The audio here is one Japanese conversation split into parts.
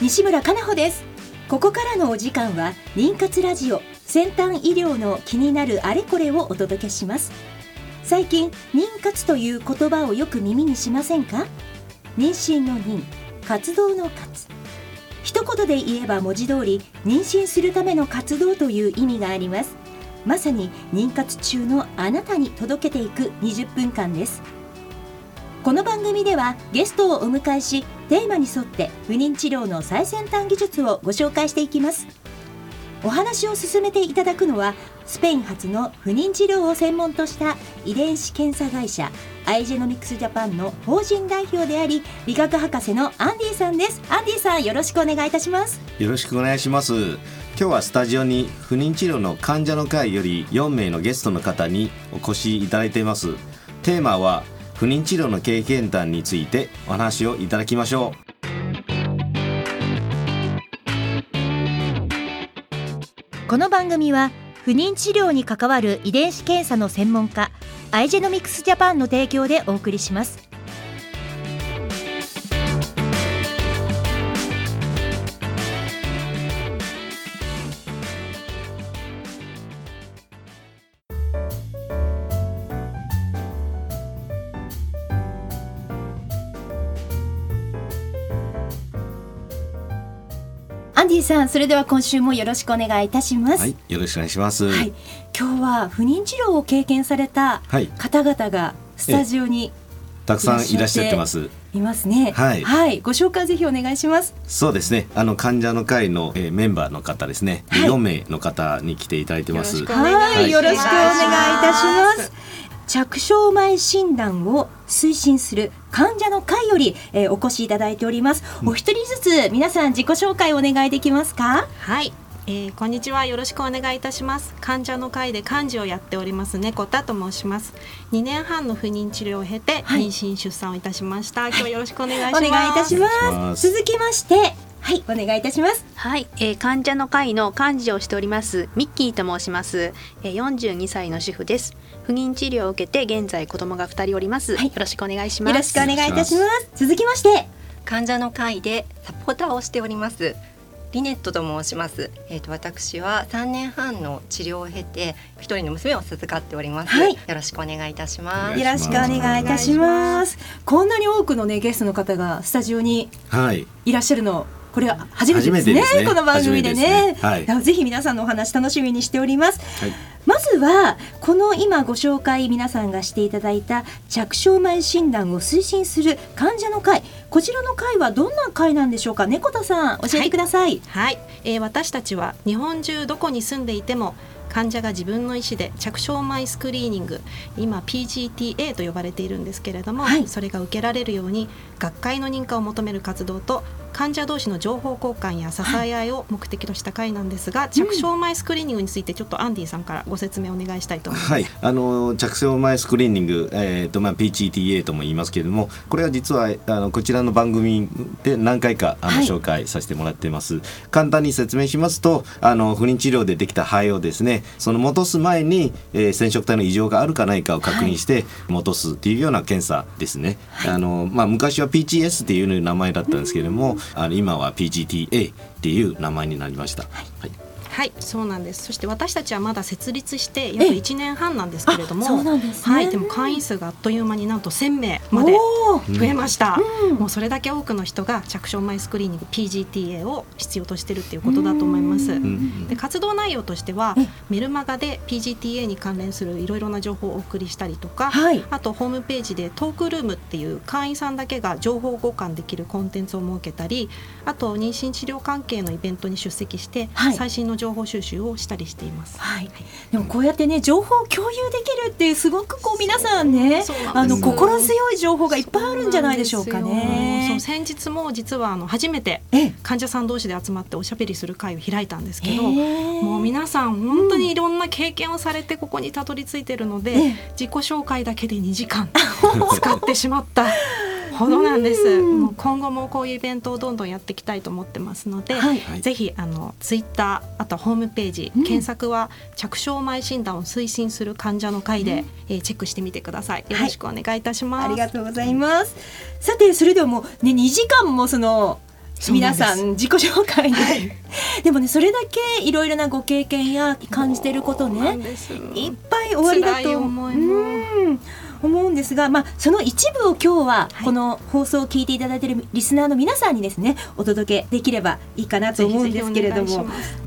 西村かなほです。ここからのお時間は妊活ラジオ、先端医療の気になるあれこれをお届けします。最近妊活という言葉をよく耳にしませんか？妊娠の妊、活動の活。一言で言えば文字通り妊娠するための活動という意味があります。まさに妊活中のあなたに届けていく20分間です。この番組ではゲストをお迎えし、テーマに沿って不妊治療の最先端技術をご紹介していきます。お話を進めていただくのは、スペイン発の不妊治療を専門とした遺伝子検査会社アイジェノミクスジャパンの法人代表であり、理学博士のアンディさんです。アンディさん、よろしくお願いいたします。 よろしくお願いします。今日はスタジオに不妊治療の患者の会より4名のゲストの方にお越しいただいています。テーマは不妊治療の経験談についてお話をいただきましょう。 この番組は不妊治療に関わる遺伝子検査の専門家アイジェノミクスジャパンの提供でお送りします。アンディさん、それでは今週もよろしくお願いいたします。 はい、よろしくお願いします。 はい、今日は不妊治療を経験された方々がスタジオにたくさんいらっしゃってます。 いますね。はい、はい、ご紹介ぜひお願いします。 そうですね、患者の会の、メンバーの方ですね、はい、4名の方に来ていただいてます。 よろしくお願いいたします。着床前診断を推進する患者の会より、お越しいただいております。お一人ずつ皆さん自己紹介お願いできますか？ はい、こんにちは、よろしくお願いいたします。患者の会で幹事をやっております猫田と申します。2年半の不妊治療を経て妊娠出産をいたしました。今日はよろしくお願いします。 お願いいたします。続きまして、はい、お願いいたします。 はい、患者の会の幹事をしておりますミッキーと申します。42歳の主婦です。不妊治療を受けて現在子供が2人おります。はい、よろしくお願いします。 よろしくお願いいたします。続きまして、 患者の会でサポーターをしておりますリネットと申します。私は3年半の治療を経て1人の娘を授かっております。はい、よろしくお願いいたします。 よろしくお願いいたします。こんなに多くのねゲストの方がスタジオにいらっしゃるの、これは初めてですね。この番組でね。はい、ぜひ皆さんのお話楽しみにしております。はい、まずはこの今ご紹介皆さんがしていただいた着床前診断を推進する患者の会、こちらの会はどんな会なんでしょうか？猫田さん、教えてください。 はい、私たちは日本中どこに住んでいても患者が自分の意思で着床前スクリーニング、今 PGTA と呼ばれているんですけれども、はい、それが受けられるように学会の認可を求める活動と患者同士の情報交換や支え合いを目的とした会なんですが、着床前スクリーニングについてちょっとアンディさんからご説明お願いしたいと思います。はい、 着床前スクリーニング、PGTA とも言いますけれども、これは実はこちらの番組で何回か紹介させてもらっています。簡単に説明しますと、不妊治療でできた肺をですね、その戻す前に、染色体の異常があるかないかを確認して戻すっていうような検査ですね。はい、昔は PGS っていう名前だったんですけれども、今は PGTA っていう名前になりました。はい、 はい、そうなんです。そして私たちはまだ設立して約1年半なんですけれども、 そうなんですね。 はい、でも会員数があっという間になんと1000名まで増えました。もうそれだけ多くの人が着床前スクリーニング PGTA を必要としているっていうことだと思います。で、活動内容としてはメルマガで PGTA に関連するいろいろな情報をお送りしたりとか、はい、あとホームページでトークルームっていう会員さんだけが情報交換できるコンテンツを設けたり、あと妊娠治療関係のイベントに出席して、はい、最新の情報収集をしたりしています。 はい、でもこうやってね情報を共有できるってすごくこう皆さんね、心強い情報がいっぱいあるんじゃないでしょうかね。 そう、先日も実は初めて患者さん同士で集まっておしゃべりする会を開いたんですけど、もう皆さん本当にいろんな経験をされてここにたどり着いているので、自己紹介だけで2時間使ってしまったほどなんです。もう今後もこういうイベントをどんどんやっていきたいと思ってますので、はい、ぜひツイッター、あとはホームページ、検索は着床前診断を推進する患者の会で、チェックしてみてください。よろしくお願いいたします。 ありがとうございます。さて、それではもう、ね、2時間もその皆さん自己紹介で、はい、でもねそれだけいろいろなご経験や感じていることねいっぱいおありだと思うんですが、その一部を今日はこの放送を聞いていただいているリスナーの皆さんにですねお届けできればいいかなと思うんですけれども、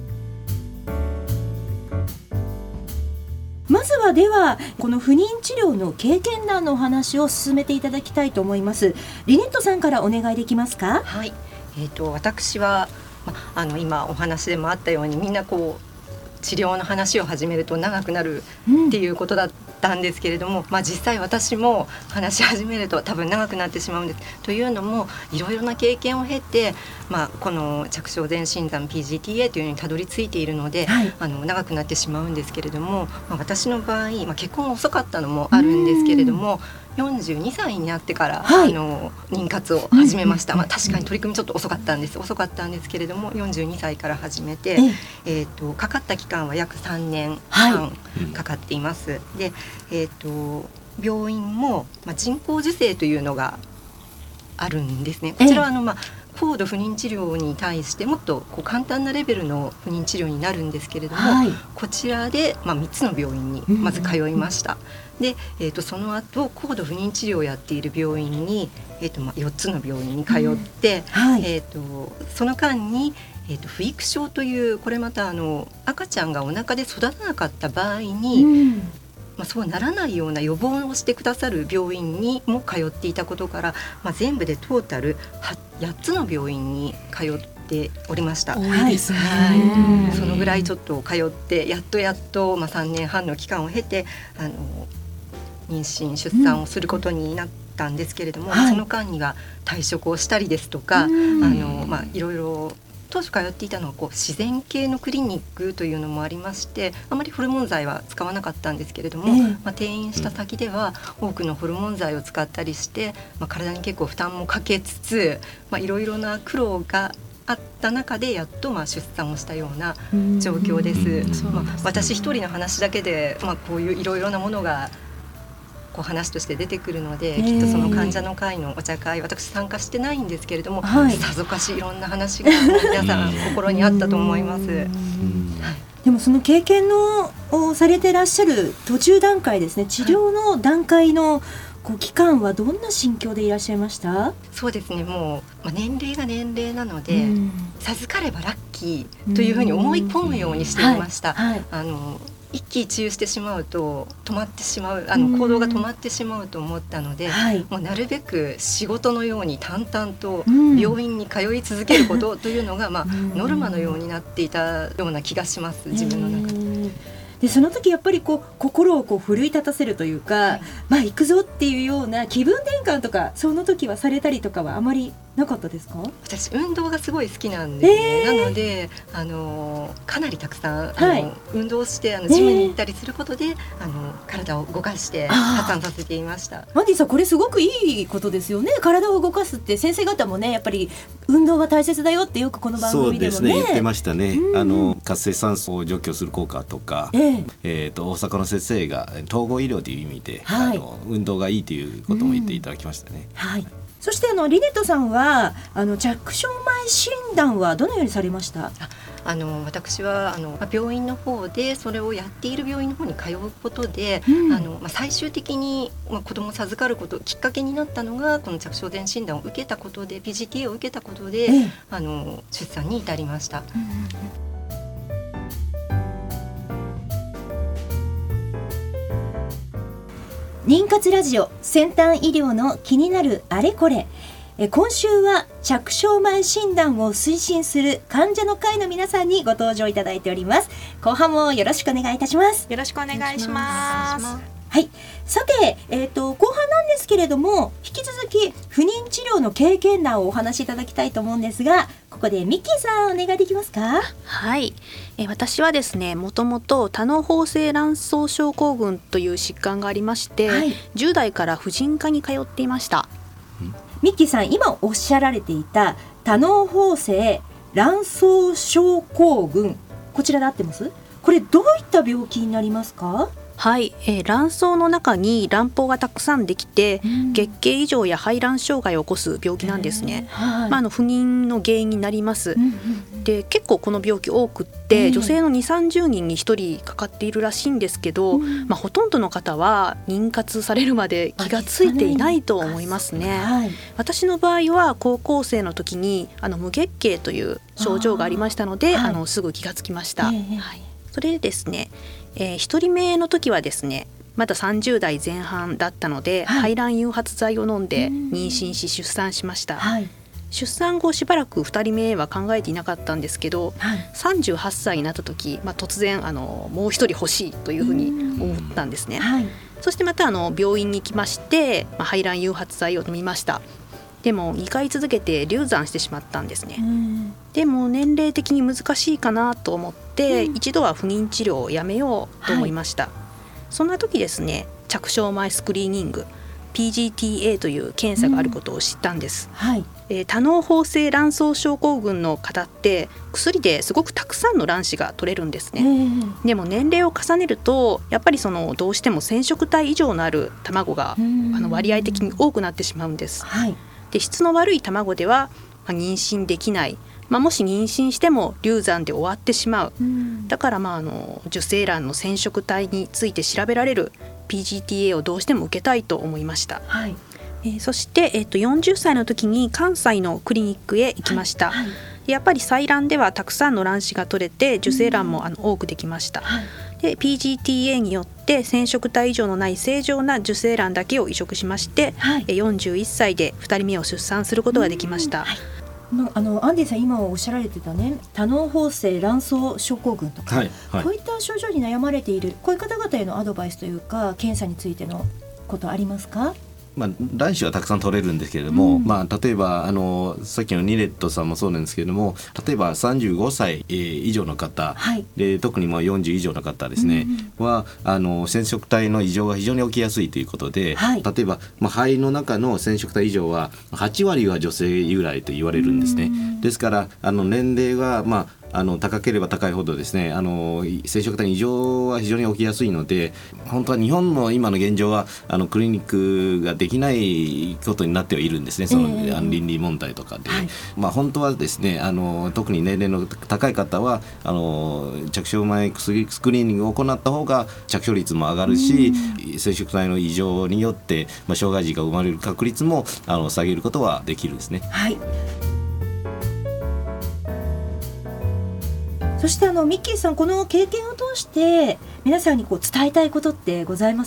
まずはではこの不妊治療の経験談のお話を進めていただきたいと思います。リネットさんからお願いできますか？ はい、私は、今お話でもあったようにみんなこう治療の話を始めると長くなるっていうことだったんですけれども、実際私も話し始めると多分長くなってしまうんです。というのもいろいろな経験を経て、この着床前診断 PGTA というのにたどり着いているので、はい、長くなってしまうんですけれども、私の場合、結婚遅かったのもあるんですけれども42歳になってから、はい、妊活を始めました。確かに取り組みちょっと遅かったんですけれども42歳から始めて、かかった期間は約3年半かかっています。で、病院も、人工授精というのがあるんですね。こちらは高度不妊治療に対してもっと簡単なレベルの不妊治療になるんですけれども、はい、こちらで、3つの病院にまず通いました。で、その後高度不妊治療をやっている病院に、4つの病院に通って、はい、その間に、不育症というこれまた赤ちゃんがお腹で育たなかった場合に、そうならないような予防をしてくださる病院にも通っていたことから、全部でトータル8つの病院に通っておりました。 多いですね。 はい、そのぐらいちょっと通ってやっと、3年半の期間を経て妊娠出産をすることになったんですけれども、その間には退職をしたりですとか、いろいろ当初通っていたのは自然系のクリニックというのもありまして、あまりホルモン剤は使わなかったんですけれども、転院した先では多くのホルモン剤を使ったりして、体に結構負担もかけつつ、いろいろな苦労があった中でやっと出産をしたような状況です。私一人の話だけで、こういういろいろなものが話として出てくるので、きっとその患者の会のお茶会私参加してないんですけれども、さぞかしいろんな話が皆さん心にあったと思います。 でもその経験をされてらっしゃる途中段階ですね、治療の段階の期間はどんな心境でいらっしゃいました？ そうですね、もう、年齢が年齢なので、授かればラッキーというふうに思い込むようにしていました。一喜一憂してしまうと止まってしまう、行動が止まってしまうと思ったので、もうなるべく仕事のように淡々と病院に通い続けることというのが、ノルマのようになっていたような気がします、自分の中で。 でその時やっぱり心を奮い立たせるというか、行くぞっていうような気分転換とかその時はされたりとかはあまりなかったですか？ 私運動がすごい好きなんですね。なのでかなりたくさん運動してジムに行ったりすることで体を動かして発散させていました。 マンディさん、これすごくいいことですよね。体を動かすって先生方もね、やっぱり運動は大切だよってよくこの番組でもね、 そうですね、言ってましたね。活性酸素を除去する効果とか、大阪の先生が統合医療という意味で、運動がいいということも言っていただきましたね。 そしてリネットさんは着床前診断はどのようにされました？ 私は病院の方でそれをやっている病院の方に通うことで、最終的に子供を授かることきっかけになったのがこの着床前診断を受けたことで PGTA を受けたことで、出産に至りました。 妊活ラジオ先端医療の気になるあれこれ。今週は着床前診断を推進する患者の会の皆さんにご登場いただいております。後半もよろしくお願いいたします。 よろしくお願いします。 はい、さて、後半なんですけれども、引き続き不妊治療の経験談をお話しいただきたいと思うんですが、ここでミッキーさんお願いできますか？ はい、私はですね、もともと多嚢胞性卵巣症候群という疾患がありまして、10代から婦人科に通っていました。 ミッキーさん、今おっしゃられていた多嚢胞性卵巣症候群、こちらで合ってます？これどういった病気になりますか？ はい、卵巣の中に卵胞がたくさんできて、月経異常や排卵障害を起こす病気なんですね。不妊の原因になります。で結構この病気多くって、女性の 2,30 人に1人かかっているらしいんですけど、ほとんどの方は妊活されるまで気がついていないと思いますね。私の場合は高校生の時に無月経という症状がありましたので、すぐ気がつきました。それでですね、1人目の時はですね、まだ30代前半だったので、排卵誘発剤を飲んで妊娠し出産しました。出産後しばらく2人目は考えていなかったんですけど、38歳になった時、突然もう1人欲しいというふうに思ったんですね。そしてまた病院に行きまして、排卵誘発剤を飲みました。でも2回続けて流産してしまったんですね。でも年齢的に難しいかなと思って、一度は不妊治療をやめようと思いました。そんな時ですね、着床前スクリーニング PGTA という検査があることを知ったんです。多嚢胞性卵巣症候群の方って薬ですごくたくさんの卵子が取れるんですね。でも年齢を重ねるとやっぱりどうしても染色体異常のある卵が割合的に多くなってしまうんです。で質の悪い卵では妊娠できない、もし妊娠しても流産で終わってしまう。だから受精卵の染色体について調べられる PGTA をどうしても受けたいと思いました。そして、40歳の時に関西のクリニックへ行きました。やっぱり採卵ではたくさんの卵子が取れて受精卵も多くできました。で PGTA によって染色体異常のない正常な受精卵だけを移植しまして、41歳で2人目を出産することができました。 アンディさん今おっしゃられてたね、多嚢胞性卵巣症候群とか、こういった症状に悩まれているこういう方々へのアドバイスというか検査についてのことありますか？ 卵子はたくさん取れるんですけれども、例えばさっきのニレットさんもそうなんですけれども、例えば35歳以上の方、で特に40以上の方ですね、は染色体の異常が非常に起きやすいということで、例えば、肺の中の染色体異常は8割は女性由来と言われるんですね。ですから年齢が高ければ高いほどですね、染色体異常は非常に起きやすいので、本当は日本の今の現状はクリニックができないことになってはいるんですね。その倫理問題とかで、本当はですね特に年齢の高い方は着床前スクリーニングを行った方が着床率も上がるし、染色体の異常によって障害児が生まれる確率も下げることはできるんですね。 そしてミッキーさん、この経験を通して皆さんに伝えたいことってございます？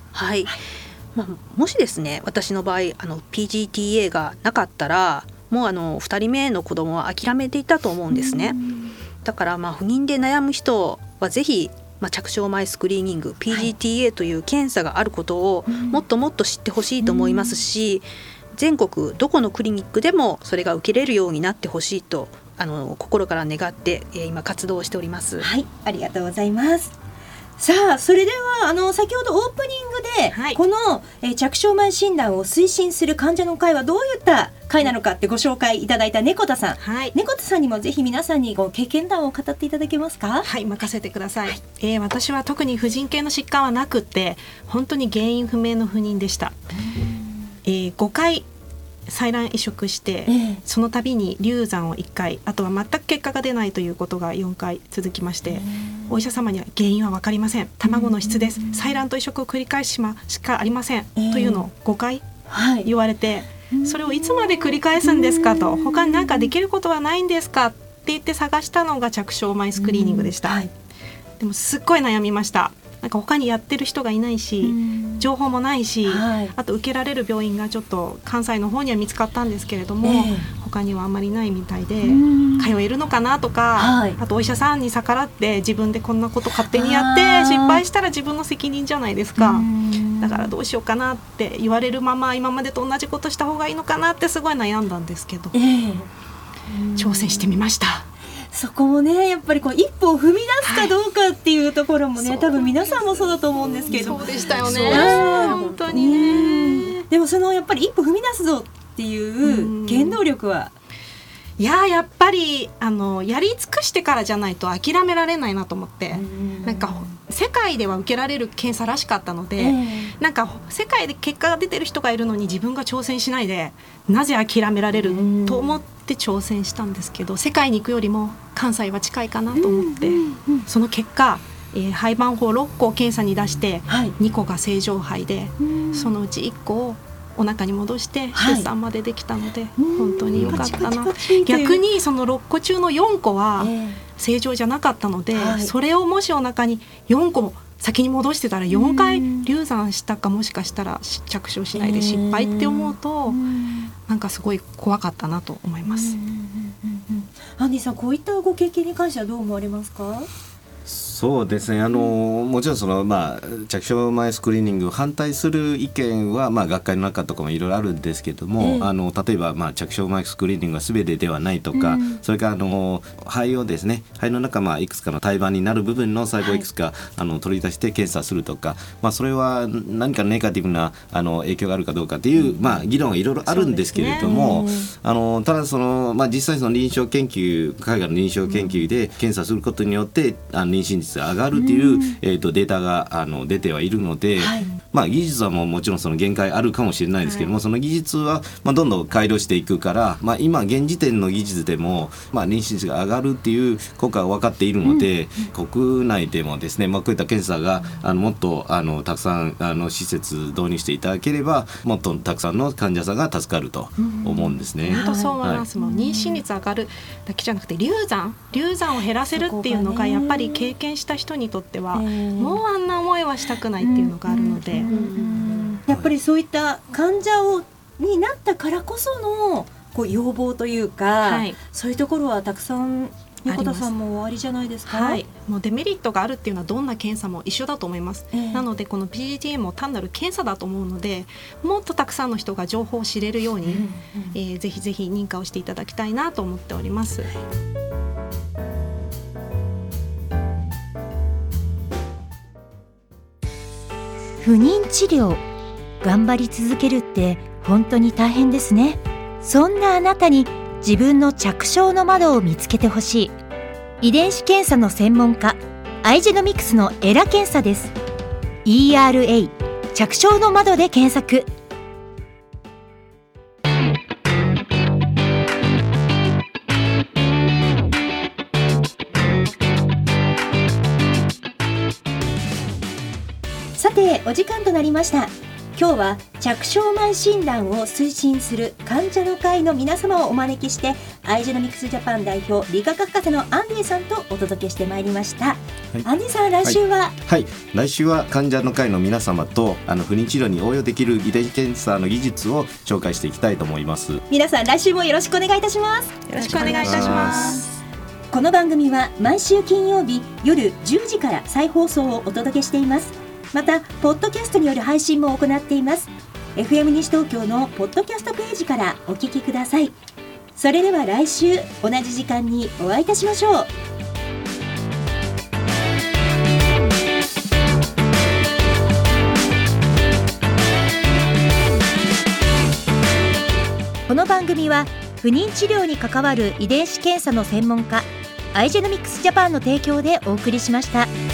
もしですね、私の場合PGTA がなかったらもう2人目の子供は諦めていたと思うんですね。だから不妊で悩む人はぜひ着床前スクリーニング PGTA という検査があることをもっともっと知ってほしいと思いますし、全国どこのクリニックでもそれが受けれるようになってほしいと心から願って、今活動しております。 ありがとうございます。さあそれでは先ほどオープニングで、この、着床前診断を推進する患者の会はどういった会なのかってご紹介いただいた猫田さん、猫田さんにもぜひ皆さんにご経験談を語っていただけますか？ 任せてください。私は特に婦人系の疾患はなくって本当に原因不明の不妊でした。5回採卵移植して、その度に流産を1回、あとは全く結果が出ないということが4回続きまして、お医者様には原因は分かりません、卵の質です、採卵と移植を繰り返しかありません、というのを5回言われて、それをいつまで繰り返すんですかと、他に何かできることはないんですかって言って探したのが着床前スクリーニングでした。でもすっごい悩みました。他にやってる人がいないし、情報もないし、あと受けられる病院がちょっと関西の方には見つかったんですけれども、他にはあんまりないみたいで、通えるのかなとか、あとお医者さんに逆らって自分でこんなこと勝手にやって失敗したら自分の責任じゃないですか。だからどうしようかなって言われるまま今までと同じことした方がいいのかなってすごい悩んだんですけど、挑戦してみました。 そこもね、やっぱり一歩を踏み出すかどうかっていうところもね、多分皆さんもそうだと思うんですけど。 そうでしたよね、本当にね。 でもやっぱり一歩踏み出すぞっていう原動力は、 やっぱりやり尽くしてからじゃないと諦められないなと思って、 世界では受けられる検査らしかったので、なんか世界で結果が出てる人がいるのに自分が挑戦しないでなぜ諦められると思って挑戦したんですけど、世界に行くよりも関西は近いかなと思って、その結果、胚盤胞6個を検査に出して、2個が正常胚で、そのうち1個をお腹に戻して出産までできたので、本当に良かったな。逆にその6個中の4個は正常じゃなかったので、それをもしお腹に4個も先に戻してたら4回流産したか、もしかしたら着床しないで失敗って思うと、なんかすごい怖かったなと思います。 アンディさん、こういったご経験に関してはどう思われますか？ そうですね、もちろんその、着床前スクリーニングを反対する意見は、学会の中とかもいろいろあるんですけども、例えば、着床前スクリーニングは全てではないとか、それから肺をですね、肺の中、いくつかの胎盤になる部分の細胞をいくつか、取り出して検査するとか、それは何かネガティブな影響があるかどうかっていう、議論がいろいろあるんですけれども、ただ実際その臨床研究、海外の臨床研究で検査することによって妊娠率が上がるという、データが出てはいるので、技術はもちろんその限界あるかもしれないですけども、その技術はどんどん改良していくから、今現時点の技術でも、妊娠率が上がるっていう効果が分かっているので、国内でもですね、こういった検査がもっとたくさん施設導入していただければ、もっとたくさんの患者さんが助かると思うんですね。 本当そう思います。もう妊娠率上がるだけじゃなくて流産を減らせるっていうのがやっぱり経験した人にとっては、もうあんな思いはしたくないっていうのがあるので、 やっぱりそういった患者になったからこその要望というか、そういうところはたくさん横田さんも終わりじゃないですか？ もうデメリットがあるっていうのはどんな検査も一緒だと思います。なのでこの PGT-A も単なる検査だと思うので、もっとたくさんの人が情報を知れるように、ぜひぜひ認可をしていただきたいなと思っております。 不妊治療、頑張り続けるって本当に大変ですね。そんなあなたに自分の着床の窓を見つけてほしい。遺伝子検査の専門家、アイジェノミクスのエラ検査です。 ERA 着床の窓で検索。さて、お時間となりました。今日は着床前診断を推進する患者の会の皆様をお招きして、アイジェノミクスジャパン代表理学博士のアンディさんとお届けしてまいりました。アンディさん、来週は、 来週は患者の会の皆様と不妊治療に応用できる遺伝子検査の技術を紹介していきたいと思います。 皆さん、来週もよろしくお願いいたします。 よろしくお願いいたします。 この番組は毎週金曜日夜10時から再放送をお届けしています。またポッドキャストによる配信も行っています。 FM 西東京のポッドキャストページからお聞きください。それでは来週同じ時間にお会いいたしましょう。この番組は不妊治療に関わる遺伝子検査の専門家、アイジェノミクスジャパンの提供でお送りしました。